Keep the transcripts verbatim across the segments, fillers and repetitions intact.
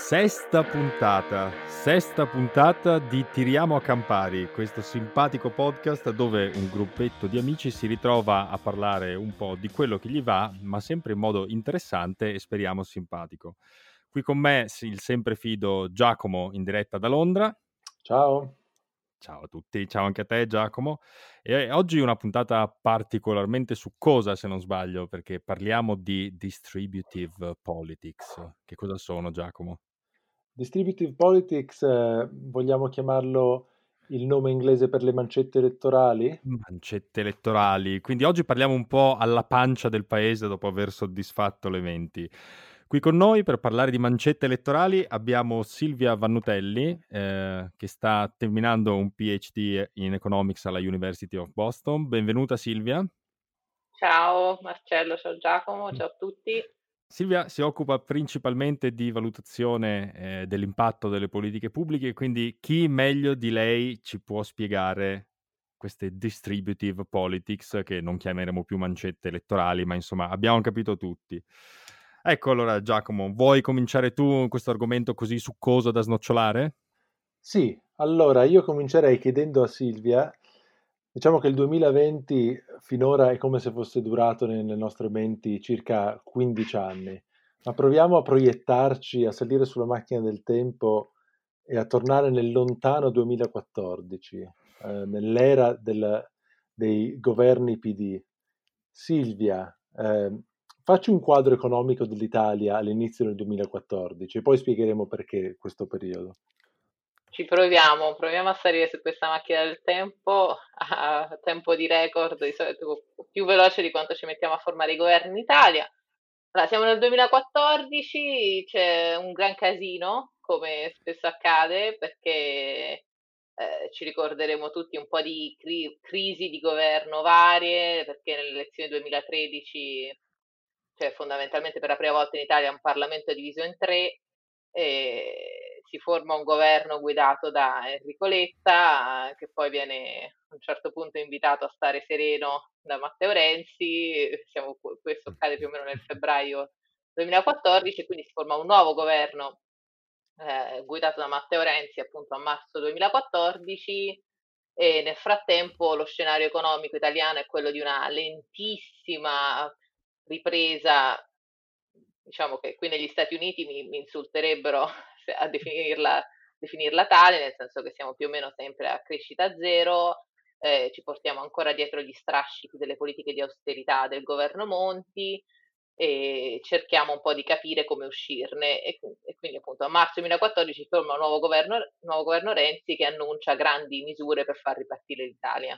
Sesta puntata, sesta puntata di Tiriamo a Campari, questo simpatico podcast dove un gruppetto di amici si ritrova a parlare un po' di quello che gli va, ma sempre in modo interessante e speriamo simpatico. Qui con me il sempre fido Giacomo in diretta da Londra. Ciao. Ciao a tutti, ciao anche a te Giacomo. E oggi una puntata particolarmente succosa, se non sbaglio, perché parliamo di distributive politics. Che cosa sono, Giacomo? Distributive politics, eh, vogliamo chiamarlo il nome inglese per le mancette elettorali? Mancette elettorali. Quindi oggi parliamo un po' alla pancia del paese dopo aver soddisfatto le menti. Qui con noi per parlare di mancette elettorali abbiamo Silvia Vannutelli, eh, che sta terminando un PhD in Economics alla University of Boston. Benvenuta Silvia. Ciao Marcello, ciao Giacomo, ciao a tutti. Silvia si occupa principalmente di valutazione eh, dell'impatto delle politiche pubbliche, quindi chi meglio di lei ci può spiegare queste distributive politics, che non chiameremo più mancette elettorali, ma insomma abbiamo capito tutti. Ecco allora Giacomo, vuoi cominciare tu questo argomento così succoso da snocciolare? Sì, allora io comincerei chiedendo a Silvia, diciamo che il duemilaventi finora è come se fosse durato nelle nostre menti circa quindici anni, ma proviamo a proiettarci, a salire sulla macchina del tempo e a tornare nel lontano duemilaquattordici, eh, nell'era del- dei governi P D. Silvia, eh, facci un quadro economico dell'Italia all'inizio del duemilaquattordici e poi spiegheremo perché questo periodo. Ci proviamo, proviamo a salire su questa macchina del tempo a tempo di record, di solito più veloce di quanto ci mettiamo a formare i governi in Italia. Allora, siamo nel duemilaquattordici, c'è un gran casino, come spesso accade, perché eh, ci ricorderemo tutti un po' di cri- crisi di governo varie, perché nelle elezioni duemilatredici, cioè fondamentalmente per la prima volta in Italia, un Parlamento è diviso in tre e si forma un governo guidato da Enrico Letta, che poi viene a un certo punto invitato a stare sereno da Matteo Renzi. Siamo, questo accade più o meno nel febbraio duemilaquattordici, e quindi si forma un nuovo governo eh, guidato da Matteo Renzi appunto a marzo duemilaquattordici, e nel frattempo lo scenario economico italiano è quello di una lentissima ripresa. Diciamo che qui negli Stati Uniti mi, mi insulterebbero a definirla, definirla tale, nel senso che siamo più o meno sempre a crescita zero, eh, ci portiamo ancora dietro gli strascichi delle politiche di austerità del governo Monti e cerchiamo un po' di capire come uscirne. E, e quindi appunto a marzo duemilaquattordici si forma un nuovo governo, nuovo governo Renzi che annuncia grandi misure per far ripartire l'Italia.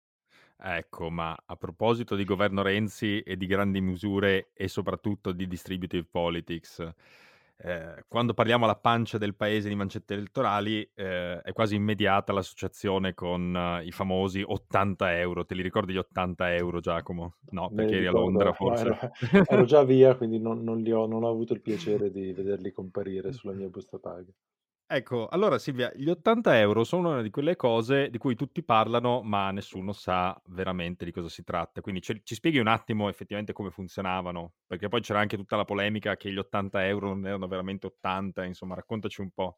Ecco, ma a proposito di governo Renzi e di grandi misure e soprattutto di distributive politics, eh, quando parliamo alla pancia del paese di mancette elettorali, eh, è quasi immediata l'associazione con eh, i famosi ottanta euro. Te li ricordi gli ottanta euro, Giacomo? No, Me li perché eri a ricordo, Londra no, ero, forse. ero già via, quindi non, non li ho, non ho avuto il piacere di vederli comparire sulla mia busta paga. Ecco, allora Silvia, gli ottanta euro sono una di quelle cose di cui tutti parlano, ma nessuno sa veramente di cosa si tratta. Quindi ce- ci spieghi un attimo effettivamente come funzionavano? Perché poi c'era anche tutta la polemica che gli ottanta euro non erano veramente ottanta, insomma, raccontaci un po'.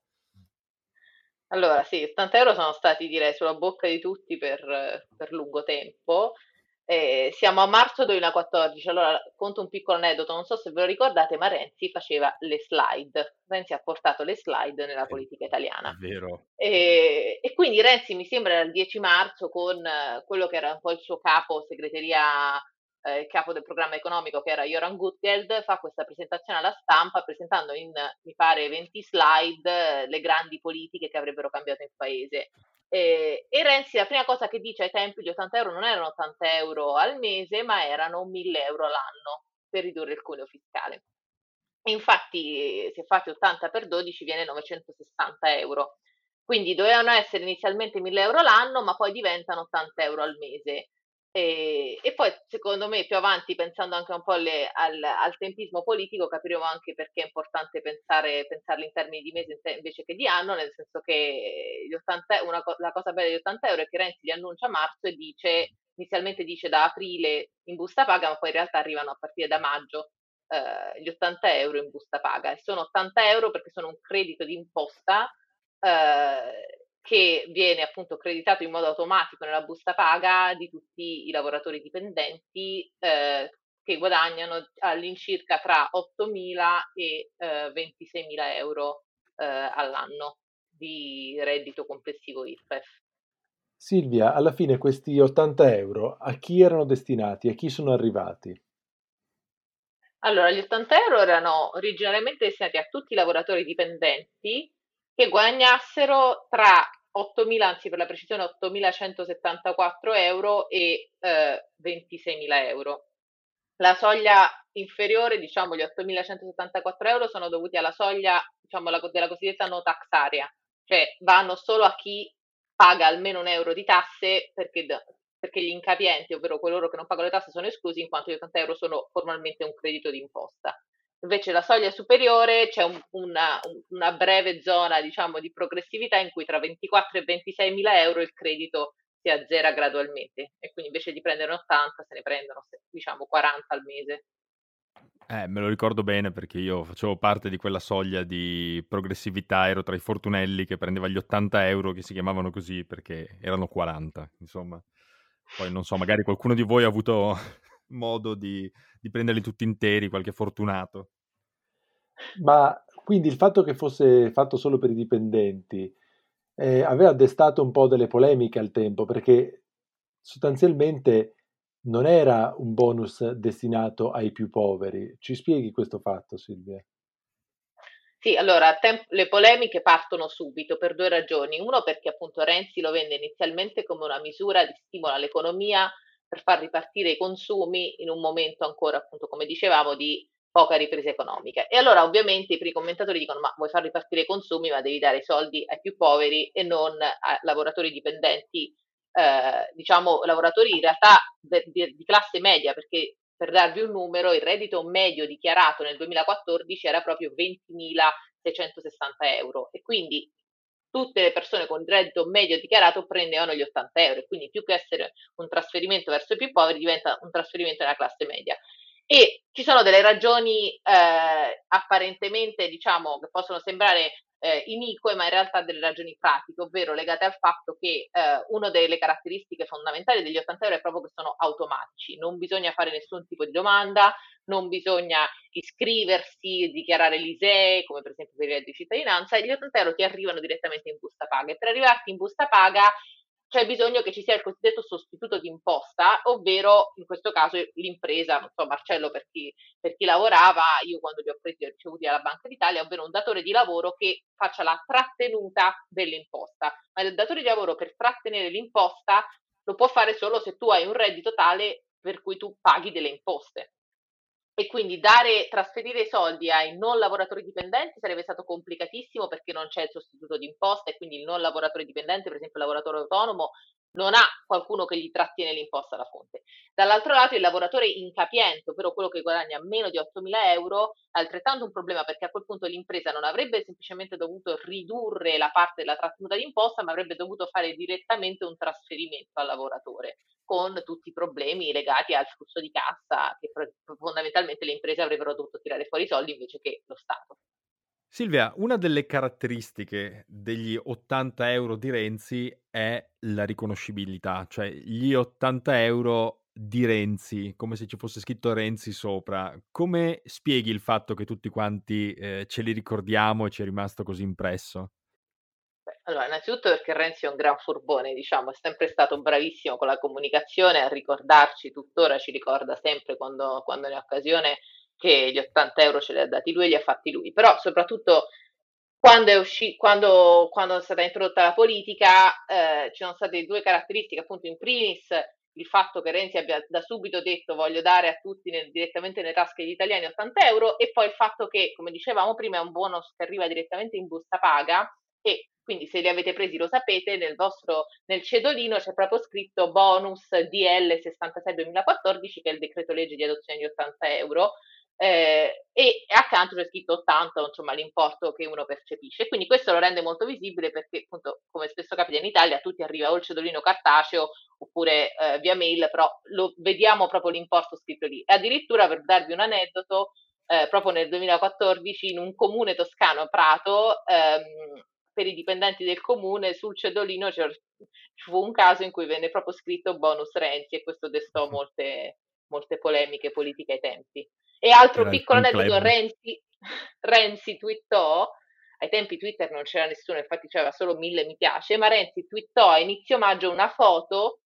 Allora, sì, ottanta euro sono stati, direi, sulla bocca di tutti per, per lungo tempo. Eh, siamo a marzo duemilaquattordici, allora conto un piccolo aneddoto, non so se ve lo ricordate, ma Renzi faceva le slide. Renzi ha portato le slide nella È, politica è italiana. vero. E, e quindi Renzi, mi sembra, era il dieci marzo con eh, quello che era un po' il suo capo segreteria, eh, il capo del programma economico, che era Joran Gutgeld, fa questa presentazione alla stampa presentando in, mi pare, venti slide, eh, le grandi politiche che avrebbero cambiato il paese. E, e Renzi la prima cosa che dice: ai tempi gli ottanta euro non erano ottanta euro al mese, ma erano mille euro all'anno per ridurre il cuneo fiscale. Infatti, se fate ottanta per dodici viene novecentosessanta euro. Quindi dovevano essere inizialmente mille euro l'anno, ma poi diventano ottanta euro al mese. E, e poi, secondo me, più avanti, pensando anche un po' alle- al, al tempismo politico, capiremo anche perché è importante pensare, pensarli in termini di mese invece che di anno, nel senso che gli ottanta, una, la cosa bella degli ottanta euro è che Renzi li annuncia a marzo e dice, inizialmente dice da aprile in busta paga, ma poi in realtà arrivano a partire da maggio. eh, gli ottanta euro in busta paga, e sono ottanta euro perché sono un credito d'imposta eh, che viene appunto creditato in modo automatico nella busta paga di tutti i lavoratori dipendenti eh, che guadagnano all'incirca tra ottomila e eh, ventiseimila euro eh, all'anno di reddito complessivo I R P E F. Silvia, alla fine questi ottanta euro a chi erano destinati? A chi sono arrivati? Allora, gli ottanta euro erano originariamente destinati a tutti i lavoratori dipendenti che guadagnassero tra ottomila, anzi per la precisione ottomilacentosettantaquattro euro e eh, ventiseimila euro. La soglia inferiore, diciamo gli ottomilacentosettantaquattro euro, sono dovuti alla soglia, diciamo, la- della cosiddetta no tax area, cioè vanno solo a chi paga almeno un euro di tasse perché, d- perché gli incapienti, ovvero coloro che non pagano le tasse, sono esclusi in quanto gli ottanta euro sono formalmente un credito d'imposta. Invece la soglia superiore c'è un- una, un- una breve zona, diciamo, di progressività in cui tra ventiquattro e ventisei mila euro il credito si azzera gradualmente e quindi invece di prendere ottanta se ne prendono, se- diciamo, quaranta al mese. Eh, me lo ricordo bene perché io facevo parte di quella soglia di progressività, ero tra i fortunelli che prendeva gli ottanta euro che si chiamavano così perché erano quaranta, insomma. Poi non so, magari qualcuno di voi ha avuto modo di, di prenderli tutti interi, qualche fortunato. Ma quindi il fatto che fosse fatto solo per i dipendenti eh, aveva destato un po' delle polemiche al tempo, perché sostanzialmente non era un bonus destinato ai più poveri. Ci spieghi questo fatto, Silvia? Sì, allora, tem- le polemiche partono subito per due ragioni. Uno, perché appunto Renzi lo vende inizialmente come una misura di stimolo all'economia per far ripartire i consumi in un momento ancora, appunto, come dicevamo, di poca ripresa economica. E allora ovviamente i primi commentatori dicono: ma vuoi far ripartire i consumi, ma devi dare i soldi ai più poveri e non a lavoratori dipendenti, eh, diciamo lavoratori in realtà de- di, di classe media, perché per darvi un numero, il reddito medio dichiarato nel duemilaquattordici era proprio ventimila seicentosessanta euro e quindi tutte le persone con il reddito medio dichiarato prendevano gli ottanta euro e quindi più che essere un trasferimento verso i più poveri diventa un trasferimento nella classe media. E ci sono delle ragioni eh, apparentemente, diciamo, che possono sembrare eh, inique, ma in realtà delle ragioni pratiche, ovvero legate al fatto che eh, una delle caratteristiche fondamentali degli ottanta euro è proprio che sono automatici, non bisogna fare nessun tipo di domanda, non bisogna iscriversi, dichiarare l'I S E E, come per esempio per il reddito di cittadinanza, e gli ottanta euro ti arrivano direttamente in busta paga. E per arrivarti in busta paga c'è bisogno che ci sia il cosiddetto sostituto di imposta, ovvero in questo caso l'impresa, non so, Marcello per chi, per chi lavorava, io quando li ho presi li ho ricevuti dalla Banca d'Italia, ovvero un datore di lavoro che faccia la trattenuta dell'imposta. Ma il datore di lavoro per trattenere l'imposta lo può fare solo se tu hai un reddito tale per cui tu paghi delle imposte. E quindi dare, trasferire i soldi ai non lavoratori dipendenti sarebbe stato complicatissimo perché non c'è il sostituto di imposta e quindi il non lavoratore dipendente, per esempio il lavoratore autonomo, non ha qualcuno che gli trattiene l'imposta alla fonte. Dall'altro lato il lavoratore incapiente, ovvero quello che guadagna meno di ottomila euro, è altrettanto un problema perché a quel punto l'impresa non avrebbe semplicemente dovuto ridurre la parte della trattenuta di imposta, ma avrebbe dovuto fare direttamente un trasferimento al lavoratore con tutti i problemi legati al flusso di cassa che fondamentalmente le imprese avrebbero dovuto tirare fuori i soldi invece che lo Stato. Silvia, una delle caratteristiche degli ottanta euro di Renzi è la riconoscibilità, cioè gli ottanta euro di Renzi, come se ci fosse scritto Renzi sopra. Come spieghi il fatto che tutti quanti eh, ce li ricordiamo e ci è rimasto così impresso? Beh, allora, innanzitutto perché Renzi è un gran furbone, diciamo, è sempre stato bravissimo con la comunicazione, a ricordarci, tuttora ci ricorda sempre quando, quando ne ha occasione che gli ottanta euro ce li ha dati lui e li ha fatti lui. Però soprattutto quando è, usci- quando, quando è stata introdotta la politica, eh, ci sono state due caratteristiche, appunto in primis il fatto che Renzi abbia da subito detto voglio dare a tutti nel- direttamente nelle tasche degli italiani ottanta euro e poi il fatto che, come dicevamo prima, è un bonus che arriva direttamente in busta paga e quindi se li avete presi lo sapete, nel vostro nel cedolino c'è proprio scritto bonus D L sessantasei duemilaquattordici che è il decreto legge di adozione di ottanta euro eh, e accanto c'è scritto ottanta, insomma l'importo che uno percepisce. Quindi questo lo rende molto visibile perché appunto come spesso capita in Italia a tutti arriva o il cedolino cartaceo oppure eh, via mail, però lo vediamo proprio l'importo scritto lì. E addirittura per darvi un aneddoto, eh, proprio nel duemilaquattordici in un comune toscano, Prato, ehm, per i dipendenti del comune sul cedolino c'era- ci fu un caso in cui venne proprio scritto bonus Renzi e questo destò molte, molte polemiche politiche ai tempi. E altro Era il piccolo fan aneddoto, club. Renzi, Renzi twittò, ai tempi Twitter non c'era nessuno, infatti c'era solo mille mi piace, ma Renzi twittò a inizio maggio una foto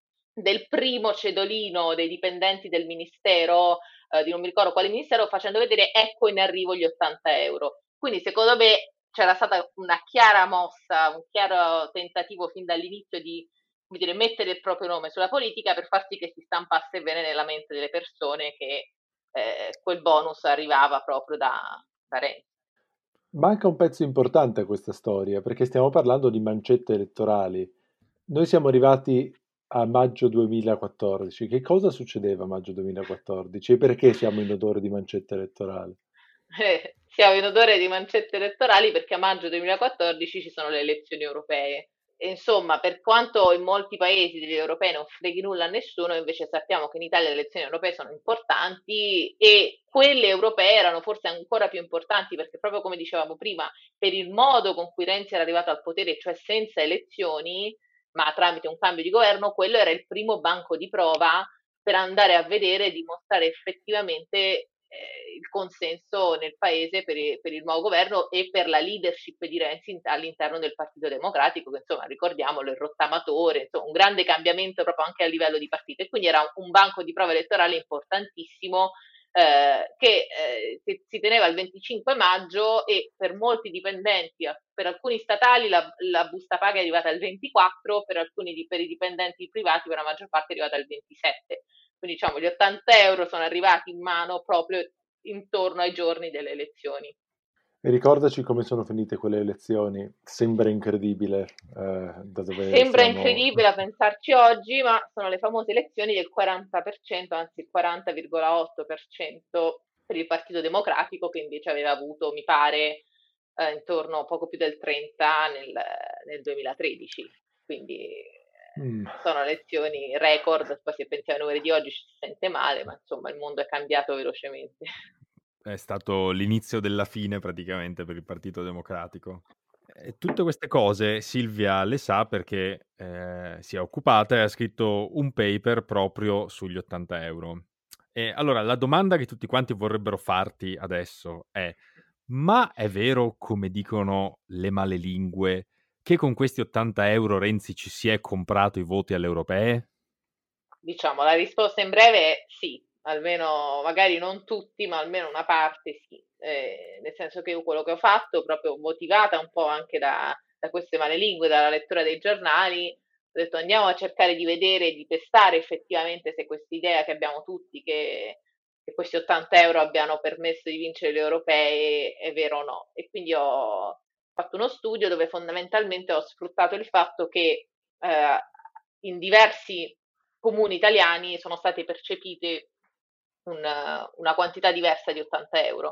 del primo cedolino dei dipendenti del ministero, eh, di non mi ricordo quale ministero, facendo vedere ecco in arrivo gli ottanta euro. Quindi secondo me c'era stata una chiara mossa, un chiaro tentativo fin dall'inizio di, come dire, mettere il proprio nome sulla politica per far sì che si stampasse bene nella mente delle persone che eh, quel bonus arrivava proprio da, da Renzi. Manca un pezzo importante a questa storia, perché stiamo parlando di mancette elettorali. Noi siamo arrivati a maggio duemilaquattordici. Che cosa succedeva a maggio duemilaquattordici e perché siamo in odore di mancette elettorali? Eh, siamo in odore di mancette elettorali perché a maggio duemilaquattordici ci sono le elezioni europee. E insomma, per quanto in molti paesi degli europei non freghi nulla a nessuno, invece sappiamo che in Italia le elezioni europee sono importanti e quelle europee erano forse ancora più importanti perché proprio come dicevamo prima, per il modo con cui Renzi era arrivato al potere, cioè senza elezioni, ma tramite un cambio di governo, quello era il primo banco di prova per andare a vedere e dimostrare effettivamente eh, il consenso nel paese per, i- per il nuovo governo e per la leadership di Renzi in- all'interno del Partito Democratico, che insomma ricordiamolo, è il rottamatore, insomma, un grande cambiamento proprio anche a livello di partito. E quindi era un, un banco di prova elettorale importantissimo eh, che eh, si, si teneva il venticinque maggio e per molti dipendenti, per alcuni statali la, la busta paga è arrivata il ventiquattro, per alcuni di, per i dipendenti privati per la maggior parte è arrivata il ventisette. Quindi diciamo gli ottanta euro sono arrivati in mano proprio intorno ai giorni delle elezioni. E ricordaci come sono finite quelle elezioni. Sembra incredibile, eh, da dove Sembra siamo. incredibile a pensarci oggi, ma sono le famose elezioni del quaranta per cento, anzi il quaranta virgola otto per cento per il Partito Democratico, che invece aveva avuto, mi pare, eh, intorno a poco più del trenta nel, nel duemilatredici. Quindi Mm. eh, sono elezioni record, poi se pensiamo ai numeri di oggi ci si sente male, ma insomma il mondo è cambiato velocemente. È stato l'inizio della fine praticamente per il Partito Democratico. E tutte queste cose Silvia le sa perché eh, si è occupata e ha scritto un paper proprio sugli ottanta euro. E allora la domanda che tutti quanti vorrebbero farti adesso è: ma è vero, come dicono le malelingue, che con questi ottanta euro Renzi ci si è comprato i voti alle europee? Diciamo, la risposta in breve è sì, almeno magari non tutti, ma almeno una parte sì. Eh, nel senso che io quello che ho fatto, proprio motivata un po' anche da, da queste malelingue, dalla lettura dei giornali, ho detto andiamo a cercare di vedere, di testare effettivamente se questa idea che abbiamo tutti, che, che questi ottanta euro abbiano permesso di vincere le europee, è vero o no. E quindi ho fatto uno studio dove fondamentalmente ho sfruttato il fatto che eh, in diversi comuni italiani sono state percepite un- una quantità diversa di ottanta euro.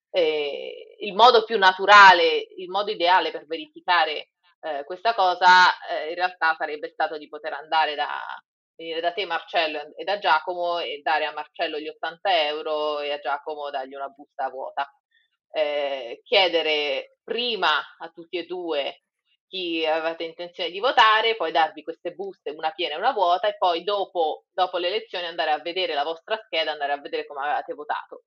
Eh, il modo più naturale, il modo ideale per verificare eh, questa cosa eh, in realtà sarebbe stato di poter andare da, venire da te Marcello e da Giacomo e dare a Marcello gli ottanta euro e a Giacomo dargli una busta vuota. Eh, chiedere prima a tutti e due chi avete intenzione di votare, poi darvi queste buste, una piena e una vuota, e poi dopo, dopo le elezioni andare a vedere la vostra scheda, andare a vedere come avevate votato.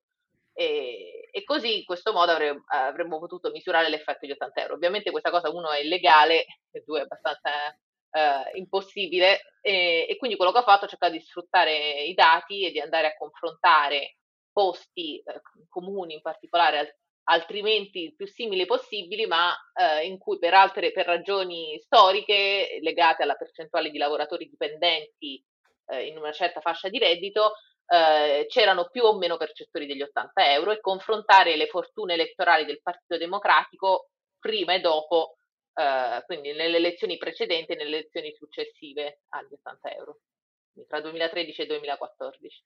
E, e così in questo modo avremmo, avremmo potuto misurare l'effetto degli ottanta euro. Ovviamente questa cosa, uno, è illegale e due, è abbastanza eh, impossibile, e, e quindi quello che ho fatto è cercare di sfruttare i dati e di andare a confrontare posti eh, comuni, in particolare al- altrimenti il più simili possibili, ma eh, in cui per altre per ragioni storiche legate alla percentuale di lavoratori dipendenti eh, in una certa fascia di reddito, eh, c'erano più o meno percettori degli ottanta euro e confrontare le fortune elettorali del Partito Democratico prima e dopo, eh, quindi nelle elezioni precedenti e nelle elezioni successive agli ottanta euro, quindi tra duemilatredici e duemilaquattordici.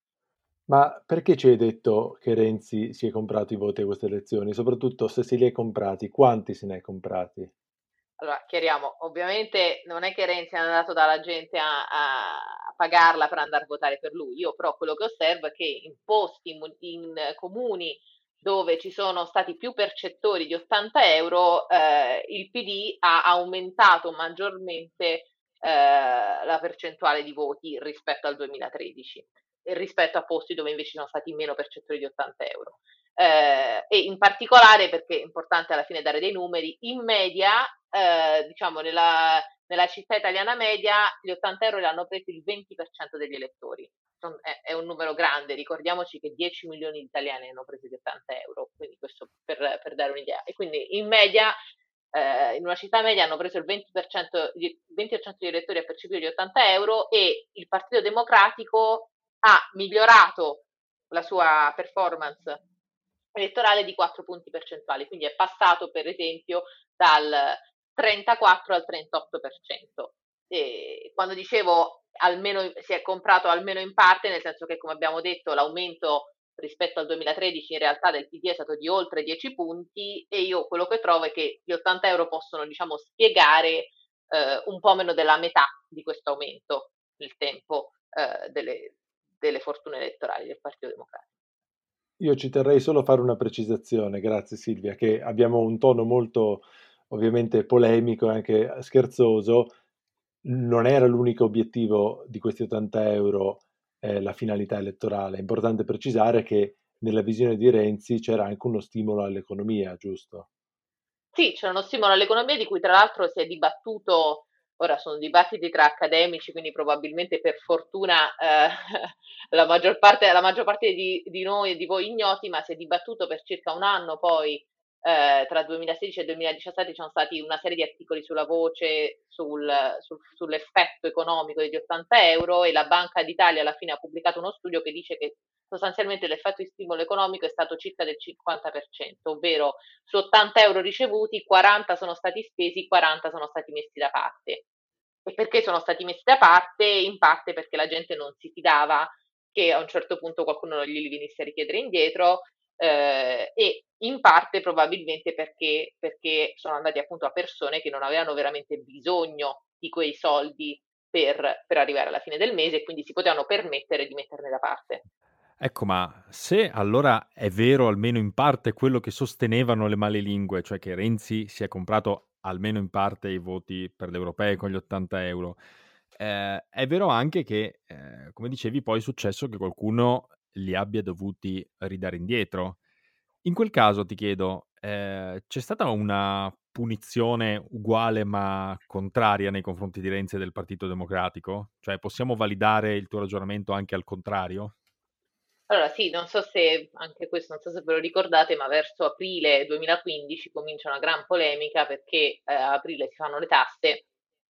Ma perché ci hai detto che Renzi si è comprato i voti a queste elezioni? Soprattutto se se li hai comprati, quanti se ne hai comprati? Allora, chiariamo, ovviamente non è che Renzi è andato dalla gente a, a- a pagarla per andare a votare per lui. Io però quello che osservo è che in posti, in, mu- in, eh, comuni dove ci sono stati più percettori di ottanta euro, eh, il P D ha aumentato maggiormente eh, la percentuale di voti rispetto al duemilatredici e rispetto a posti dove invece sono stati meno percettori di ottanta euro. Eh, e in particolare, perché è importante alla fine dare dei numeri, in media, eh, diciamo nella, nella città italiana media, gli ottanta euro li hanno presi il venti per cento degli elettori. Son- È, è un numero grande, ricordiamoci che dieci milioni di italiani hanno preso gli ottanta euro, quindi questo per, per dare un'idea. E quindi in media, eh, in una città media hanno preso il venti per cento, di- venti per cento degli elettori ha percepito gli ottanta euro e il Partito Democratico ha migliorato la sua performance elettorale di quattro punti percentuali, quindi è passato per esempio dal trentaquattro al trentotto per cento. E quando dicevo almeno si è comprato almeno in parte, nel senso che come abbiamo detto l'aumento rispetto al duemilatredici in realtà del P D è stato di oltre dieci punti e io quello che trovo è che gli ottanta euro possono diciamo spiegare eh, un po' meno della metà di questo aumento nel tempo eh, delle, delle fortune elettorali del Partito Democratico. Io ci terrei solo a fare una precisazione, grazie Silvia, che abbiamo un tono molto ovviamente polemico e anche scherzoso. Non era l'unico obiettivo di questi ottanta euro, eh, la finalità elettorale. È importante precisare che nella visione di Renzi c'era anche uno stimolo all'economia, giusto? Sì, c'è uno stimolo all'economia di cui tra l'altro si è dibattuto, ora sono dibattiti tra accademici, quindi probabilmente per fortuna eh, la maggior parte, la maggior parte di, di noi e di voi ignoti, ma si è dibattuto per circa un anno poi, eh, tra duemilasedici e duemiladiciassette ci sono stati una serie di articoli sulla Voce sul, sul- sull'effetto economico degli ottanta euro e la Banca d'Italia alla fine ha pubblicato uno studio che dice che sostanzialmente l'effetto di stimolo economico è stato circa del cinquanta per cento, ovvero su ottanta euro ricevuti, quaranta sono stati spesi, quaranta sono stati messi da parte. E perché sono stati messi da parte? In parte perché la gente non si fidava che a un certo punto qualcuno non glieli venisse a richiedere indietro eh, e in parte probabilmente perché, perché sono andati appunto a persone che non avevano veramente bisogno di quei soldi per, per arrivare alla fine del mese e quindi si potevano permettere di metterne da parte. Ecco, ma se allora è vero almeno in parte quello che sostenevano le malelingue, cioè che Renzi si è comprato almeno in parte i voti per le europee con gli ottanta euro, eh, è vero anche che, eh, come dicevi, poi è successo che qualcuno li abbia dovuti ridare indietro. In quel caso ti chiedo, eh, c'è stata una punizione uguale ma contraria nei confronti di Renzi e del Partito Democratico? Cioè possiamo validare il tuo ragionamento anche al contrario? Allora, sì, non so se anche questo, non so se ve lo ricordate, ma verso aprile duemilaquindici comincia una gran polemica perché eh, a aprile si fanno le tasse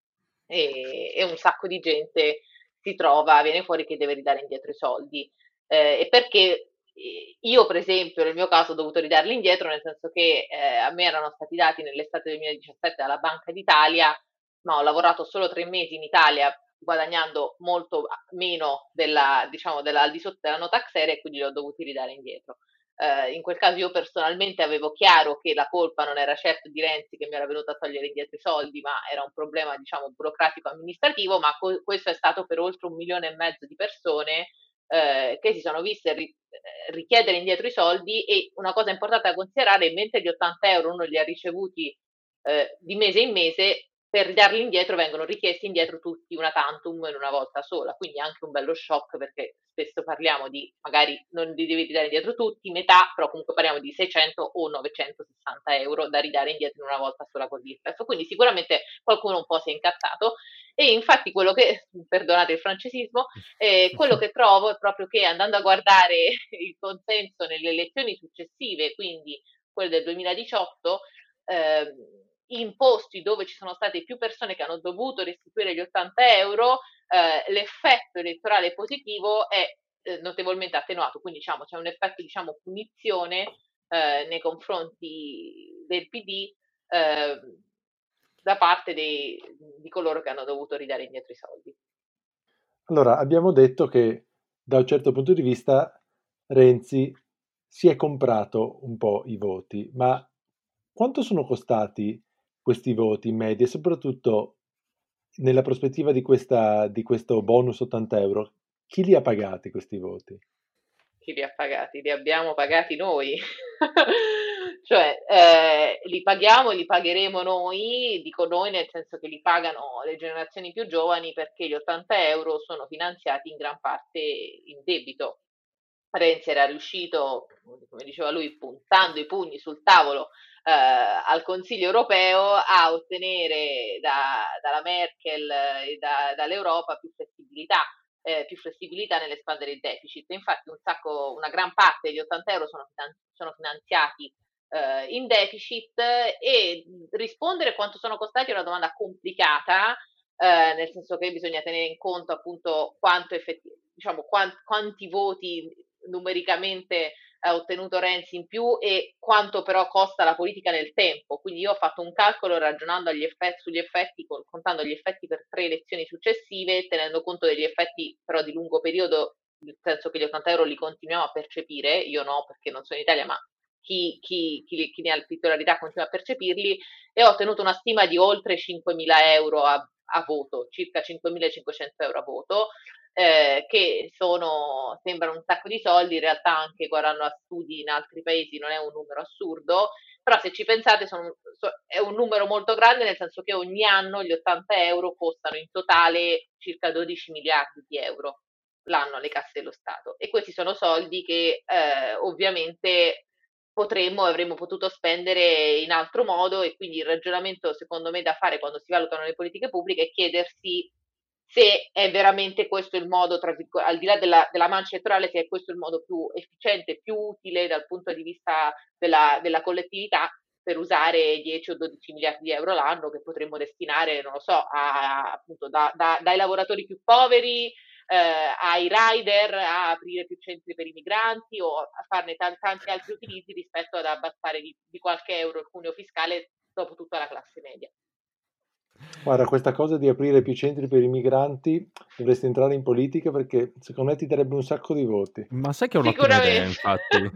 e, e un sacco di gente si trova, viene fuori che deve ridare indietro i soldi. Eh, e perché eh, io, per esempio, nel mio caso ho dovuto ridarli indietro, nel senso che eh, a me erano stati dati nell'estate duemiladiciassette dalla Banca d'Italia, ma ho lavorato solo tre mesi in Italia guadagnando molto meno della, diciamo, della, al di sotto della no tax area e quindi li ho dovuti ridare indietro. Eh, in quel caso io personalmente avevo chiaro che la colpa non era certo di Renzi che mi era venuto a togliere indietro i soldi, ma era un problema, diciamo, burocratico amministrativo, ma co- questo è stato per oltre un milione e mezzo di persone eh, che si sono viste ri- eh, richiedere indietro i soldi e una cosa importante da considerare, mentre gli ottanta euro uno li ha ricevuti eh, di mese in mese, per ridarli indietro vengono richiesti indietro tutti una tantum in una volta sola, quindi anche un bello shock perché spesso parliamo di magari non li devi ridare indietro tutti, metà, però comunque parliamo di seicento o novecentosessanta euro da ridare indietro in una volta sola con l'I R P E F, quindi sicuramente qualcuno un po' si è incazzato e infatti quello che, perdonate il francesismo, eh, quello che trovo è proprio che andando a guardare il consenso nelle elezioni successive, quindi quelle del duemiladiciotto, eh, in posti dove ci sono state più persone che hanno dovuto restituire gli ottanta euro, eh, l'effetto elettorale positivo è eh, notevolmente attenuato, quindi diciamo c'è un effetto diciamo punizione eh, nei confronti del P D eh, da parte dei, di coloro che hanno dovuto ridare indietro i soldi. Allora, abbiamo detto che da un certo punto di vista Renzi si è comprato un po' i voti, ma quanto sono costati questi voti in media, e soprattutto nella prospettiva di, questa, di questo bonus ottanta euro, chi li ha pagati questi voti? Chi li ha pagati? Li abbiamo pagati noi. Cioè, eh, li paghiamo e li pagheremo noi, dico noi nel senso che li pagano le generazioni più giovani perché gli ottanta euro sono finanziati in gran parte in debito. Renzi era riuscito, come diceva lui, puntando i pugni sul tavolo eh, al Consiglio europeo a ottenere da- dalla Merkel e da- dall'Europa più flessibilità, eh, più flessibilità nell'espandere il deficit. Infatti un sacco, una gran parte degli ottanta euro sono, finan- sono finanziati eh, in deficit e rispondere quanto sono costati è una domanda complicata, eh, nel senso che bisogna tenere in conto appunto quanto effettivamente, diciamo, quan- quanti voti numericamente ha ottenuto Renzi in più e quanto però costa la politica nel tempo. Quindi io ho fatto un calcolo ragionando agli effetti, sugli effetti, contando gli effetti per tre elezioni successive, tenendo conto degli effetti però di lungo periodo, nel senso che gli ottanta euro li continuiamo a percepire, io no perché non sono in Italia, ma chi, chi, chi, chi ne ha la titolarità continua a percepirli, e ho ottenuto una stima di oltre cinquemila euro a, a voto, circa cinquemilacinquecento euro a voto, eh, che sono, sembrano un sacco di soldi, in realtà anche guardando a studi in altri paesi non è un numero assurdo, però se ci pensate sono, so, è un numero molto grande nel senso che ogni anno gli ottanta euro costano in totale circa dodici miliardi di euro l'anno alle casse dello Stato, e questi sono soldi che eh, ovviamente potremmo e avremmo potuto spendere in altro modo, e quindi il ragionamento secondo me da fare quando si valutano le politiche pubbliche è chiedersi se è veramente questo il modo, tra virgo- al di là della, della mancia elettorale, se è questo il modo più efficiente, più utile dal punto di vista della, della collettività per usare dieci o dodici miliardi di euro l'anno che potremmo destinare, non lo so, a, appunto da, da, dai lavoratori più poveri, eh, ai rider, a aprire più centri per i migranti o a farne t- tanti altri utilizzi rispetto ad abbassare di, di qualche euro il cuneo fiscale dopo tutta la classe media. Guarda, questa cosa di aprire più centri per i migranti, dovresti entrare in politica perché secondo me ti darebbe un sacco di voti. Ma sai che è un'ottima idea, Sicuramente. infatti?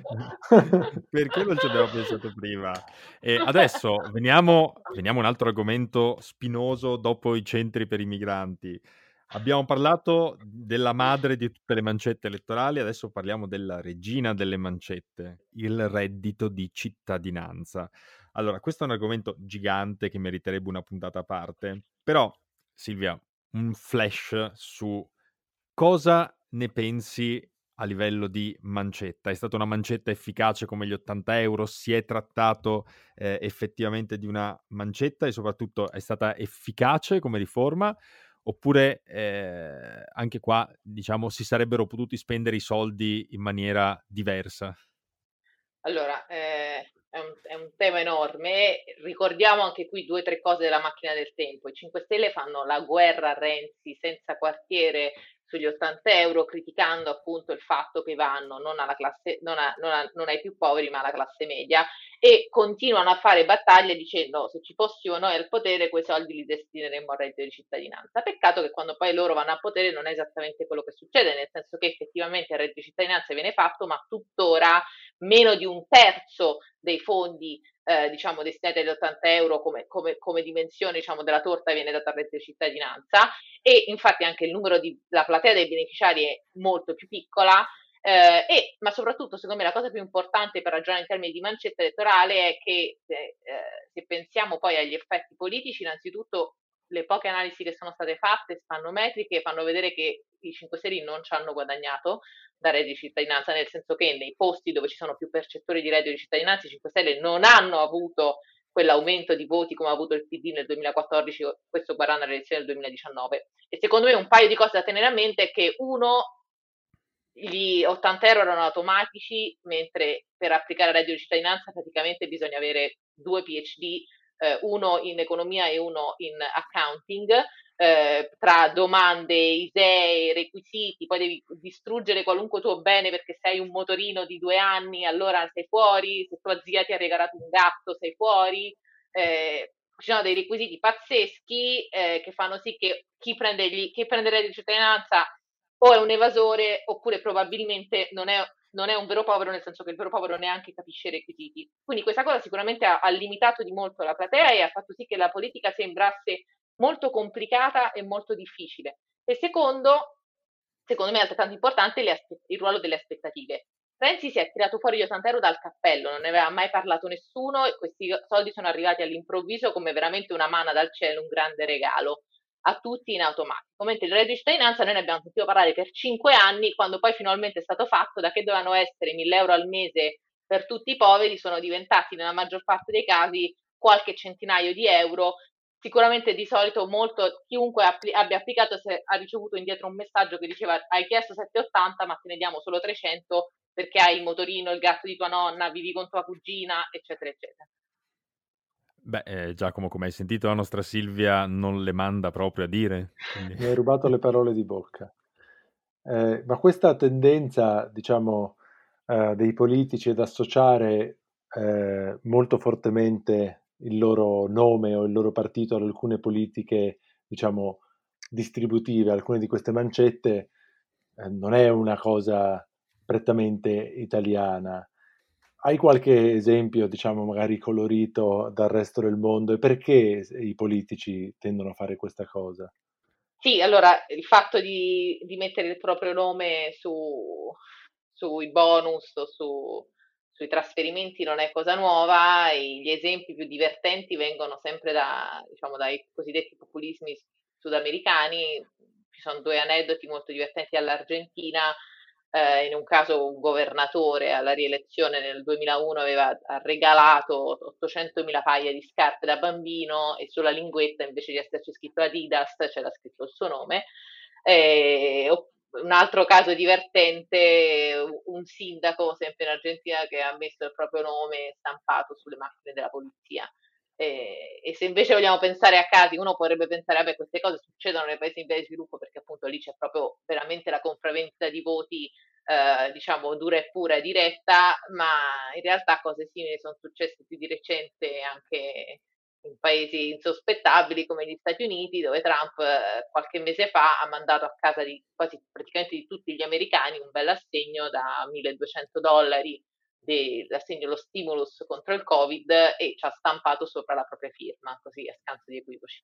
Perché non ci abbiamo pensato prima? E adesso veniamo, veniamo a un altro argomento spinoso dopo i centri per i migranti. Abbiamo parlato della madre di tutte le mancette elettorali, adesso parliamo della regina delle mancette, il reddito di cittadinanza. Allora, questo è un argomento gigante che meriterebbe una puntata a parte, però, Silvia, un flash su cosa ne pensi a livello di mancetta? È stata una mancetta efficace come gli ottanta euro? Si è trattato eh, effettivamente di una mancetta e soprattutto è stata efficace come riforma? Oppure eh, anche qua, diciamo, si sarebbero potuti spendere i soldi in maniera diversa? Allora, eh, è un, è un tema enorme. Ricordiamo anche qui due o tre cose della macchina del tempo. I cinque Stelle fanno la guerra a Renzi senza quartiere sugli ottanta euro, criticando appunto il fatto che vanno non, alla classe, non, a- non a- non ai più poveri, ma alla classe media, e continuano a fare battaglie dicendo se ci fossimo noi al potere quei soldi li destineremmo al reddito di cittadinanza. Peccato che quando poi loro vanno al potere non è esattamente quello che succede, nel senso che effettivamente il reddito di cittadinanza viene fatto, ma tuttora meno di un terzo dei fondi eh, diciamo destinati agli ottanta euro come, come, come dimensione diciamo, della torta viene data al reddito di cittadinanza, e infatti anche il numero di la platea dei beneficiari è molto più piccola. Eh, e, ma soprattutto, secondo me, la cosa più importante per ragionare in termini di mancetta elettorale è che se, eh, se pensiamo poi agli effetti politici, innanzitutto le poche analisi che sono state fatte, spannometriche, fanno vedere che i cinque Stelle non ci hanno guadagnato da reddito di cittadinanza, nel senso che nei posti dove ci sono più percettori di reddito di cittadinanza i cinque Stelle non hanno avuto quell'aumento di voti come ha avuto il P D nel duemilaquattordici, questo guardando le elezioni del duemiladiciannove. E secondo me un paio di cose da tenere a mente è che uno, gli ottanta euro erano automatici, mentre per applicare il reddito di cittadinanza praticamente bisogna avere due PhD, eh, uno in economia e uno in accounting, eh, tra domande, isee, requisiti, poi devi distruggere qualunque tuo bene perché sei un motorino di due anni, allora sei fuori, se tua zia ti ha regalato un gatto sei fuori, eh, ci sono dei requisiti pazzeschi eh, che fanno sì che chi prende, gli, chi prende il reddito di cittadinanza o è un evasore oppure probabilmente non è non è un vero povero, nel senso che il vero povero neanche capisce i requisiti. Quindi questa cosa sicuramente ha, ha limitato di molto la platea e ha fatto sì che la politica sembrasse molto complicata e molto difficile. E secondo, secondo me altrettanto importante, le aspe- il ruolo delle aspettative. Renzi si è tirato fuori gli ottanta euro dal cappello, non ne aveva mai parlato nessuno e questi soldi sono arrivati all'improvviso come veramente una manna dal cielo, un grande regalo a tutti in automatico. Mentre il reddito di cittadinanza noi ne abbiamo sentito parlare per cinque anni, quando poi finalmente è stato fatto, da che dovevano essere mille euro al mese per tutti i poveri, sono diventati nella maggior parte dei casi qualche centinaio di euro. Sicuramente di solito molto chiunque appli- abbia applicato se ha ricevuto indietro un messaggio che diceva hai chiesto settecentottanta ma te ne diamo solo trecento perché hai il motorino, il gatto di tua nonna, vivi con tua cugina, eccetera, eccetera. Beh, eh, Giacomo, come hai sentito, la nostra Silvia non le manda proprio a dire. Quindi... Mi hai rubato le parole di bocca. Eh, ma questa tendenza, diciamo, eh, dei politici ad associare eh, molto fortemente il loro nome o il loro partito ad alcune politiche, diciamo, distributive, alcune di queste mancette, eh, non è una cosa prettamente italiana. Hai qualche esempio, diciamo, magari colorito dal resto del mondo e perché i politici tendono a fare questa cosa? Sì, allora il fatto di, di mettere il proprio nome su, sui bonus o su, sui trasferimenti non è cosa nuova, e gli esempi più divertenti vengono sempre da, diciamo, dai cosiddetti populismi sudamericani. Ci sono due aneddoti molto divertenti all'Argentina. Eh, in un caso un governatore alla rielezione nel duemilauno aveva ha regalato ottocentomila paia di scarpe da bambino e sulla linguetta invece di esserci scritto Adidas c'era scritto il suo nome. E, un altro caso divertente, un sindaco sempre in Argentina che ha messo il proprio nome stampato sulle macchine della polizia. E, e se invece vogliamo pensare a casi, uno potrebbe pensare, vabbè, queste cose succedono nei paesi in via di sviluppo perché appunto lì c'è proprio veramente la compravendita di voti, eh, diciamo, dura e pura e diretta, ma in realtà cose simili sono successe più di recente anche in paesi insospettabili come gli Stati Uniti, dove Trump eh, qualche mese fa ha mandato a casa di quasi praticamente di tutti gli americani un bel assegno da milleduecento dollari, de- l'assegno, lo stimulus contro il Covid, e ci ha stampato sopra la propria firma, così a scanso di equivoci.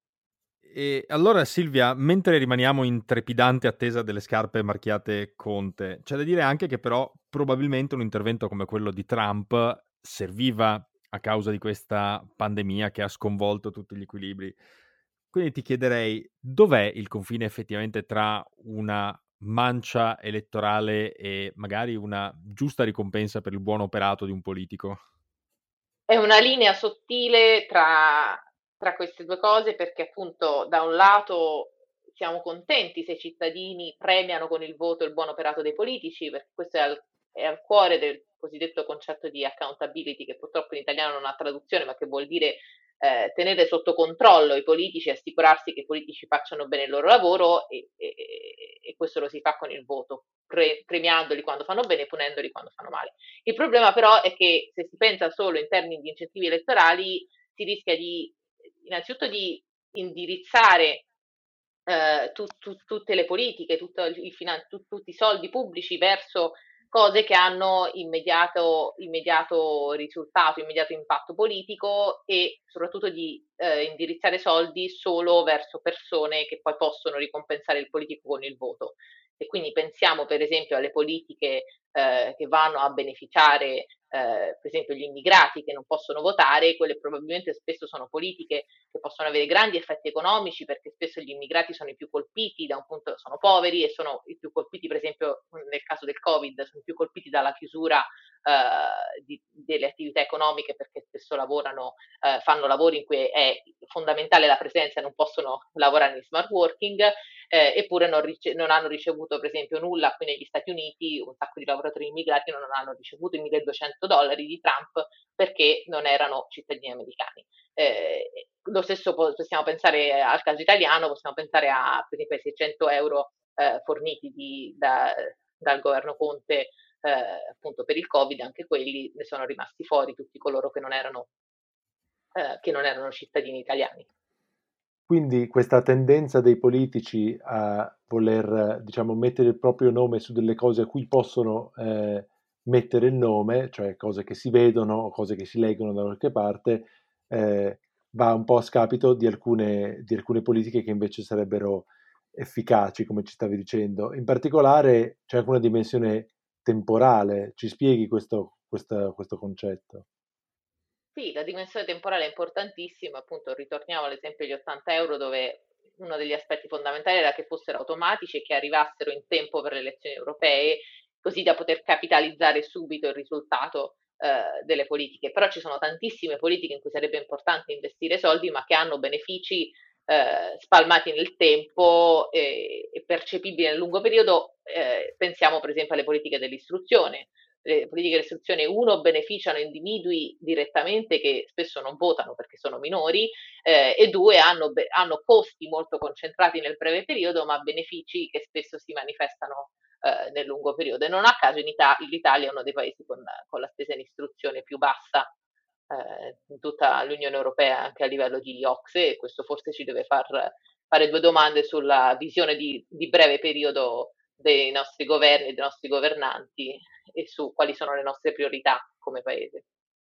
E allora Silvia, mentre rimaniamo in trepidante attesa delle scarpe marchiate Conte, c'è da dire anche che però probabilmente un intervento come quello di Trump serviva a causa di questa pandemia che ha sconvolto tutti gli equilibri. Quindi ti chiederei, dov'è il confine effettivamente tra una mancia elettorale e magari una giusta ricompensa per il buon operato di un politico? È una linea sottile tra, tra queste due cose perché appunto da un lato siamo contenti se i cittadini premiano con il voto il buon operato dei politici, perché questo è al, è al cuore del cosiddetto concetto di accountability, che purtroppo in italiano non ha traduzione, ma che vuol dire eh, tenere sotto controllo i politici, assicurarsi che i politici facciano bene il loro lavoro e, e- e questo lo si fa con il voto, pre- premiandoli quando fanno bene e punendoli quando fanno male. Il problema però è che se si pensa solo in termini di incentivi elettorali si rischia di innanzitutto di indirizzare eh, tu- tu- tutte le politiche, tutto il finan- tu- tutti i soldi pubblici verso cose che hanno immediato, immediato risultato, immediato impatto politico, e soprattutto di eh, indirizzare soldi solo verso persone che poi possono ricompensare il politico con il voto. E quindi pensiamo per esempio alle politiche eh, che vanno a beneficiare, eh, per esempio gli immigrati che non possono votare, quelle probabilmente spesso sono politiche che possono avere grandi effetti economici perché spesso gli immigrati sono i più colpiti da un punto, sono poveri e sono i più colpiti, per esempio nel caso del Covid, sono i più colpiti dalla chiusura eh, di, delle attività economiche perché spesso lavorano, eh, fanno lavori in cui è fondamentale la presenza e non possono lavorare in smart working, eh, eppure non, rice- non hanno ricevuto per esempio nulla. Qui negli Stati Uniti un sacco di lavoratori immigrati non hanno ricevuto i milleduecento dollari di Trump perché non erano cittadini americani. Eh, lo stesso possiamo pensare al caso italiano, possiamo pensare a per esempio ai seicento euro eh, forniti di, da, dal governo Conte eh, appunto per il Covid, anche quelli ne sono rimasti fuori tutti coloro che non erano, eh, che non erano cittadini italiani. quindi questa tendenza dei politici a voler, diciamo, mettere il proprio nome su delle cose a cui possono eh, mettere il nome, cioè cose che si vedono o cose che si leggono da qualche parte, eh, va un po' a scapito di alcune, di alcune politiche che invece sarebbero efficaci, come ci stavi dicendo. In particolare c'è anche una dimensione temporale. Ci spieghi questo, questa- questo concetto? Sì, la dimensione temporale è importantissima, appunto ritorniamo all'esempio degli ottanta euro dove uno degli aspetti fondamentali era che fossero automatici e che arrivassero in tempo per le elezioni europee, così da poter capitalizzare subito il risultato eh, delle politiche. Però ci sono tantissime politiche in cui sarebbe importante investire soldi, ma che hanno benefici eh, spalmati nel tempo e, e percepibili nel lungo periodo. Eh, pensiamo per esempio alle politiche dell'istruzione. Le politiche di istruzione, uno, beneficiano individui direttamente che spesso non votano perché sono minori, eh, e due, hanno, hanno, costi molto concentrati nel breve periodo, ma benefici che spesso si manifestano eh, nel lungo periodo. E non a caso in Ita- l'Italia è uno dei paesi con, con la spesa in istruzione più bassa eh, in tutta l'Unione Europea, anche a livello di O C S E, e questo forse ci deve far fare due domande sulla visione di, di breve periodo dei nostri governi e dei nostri governanti e su quali sono le nostre priorità come paese.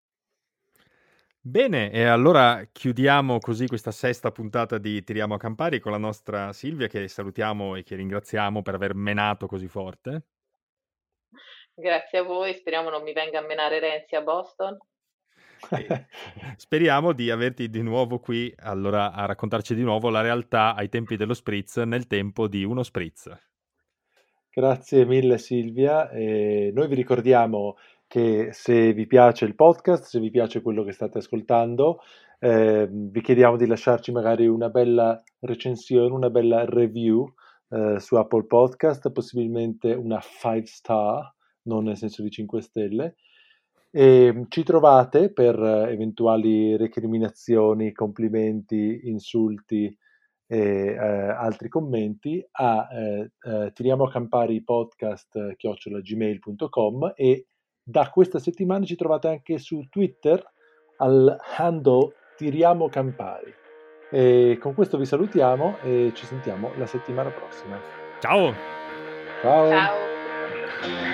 Bene, e allora chiudiamo così questa sesta puntata di Tiriamo a Campari con la nostra Silvia, che salutiamo e che ringraziamo per aver menato così forte. Grazie a voi, speriamo non mi venga a menare Renzi a Boston. E speriamo di averti di nuovo qui allora a raccontarci di nuovo la realtà ai tempi dello spritz nel tempo di uno spritz. Grazie mille Silvia. E noi vi ricordiamo che se vi piace il podcast, se vi piace quello che state ascoltando, eh, vi chiediamo di lasciarci magari una bella recensione, una bella review eh, su Apple Podcast, possibilmente una five star, non nel senso di cinque stelle. E ci trovate per eh, eventuali recriminazioni, complimenti, insulti e eh, altri commenti a eh, eh, tiriamo a campari podcast chiocciola gmail punto com, e da questa settimana ci trovate anche su Twitter al handle tiriamo campari. E con questo vi salutiamo e ci sentiamo la settimana prossima. Ciao! Ciao! Ciao!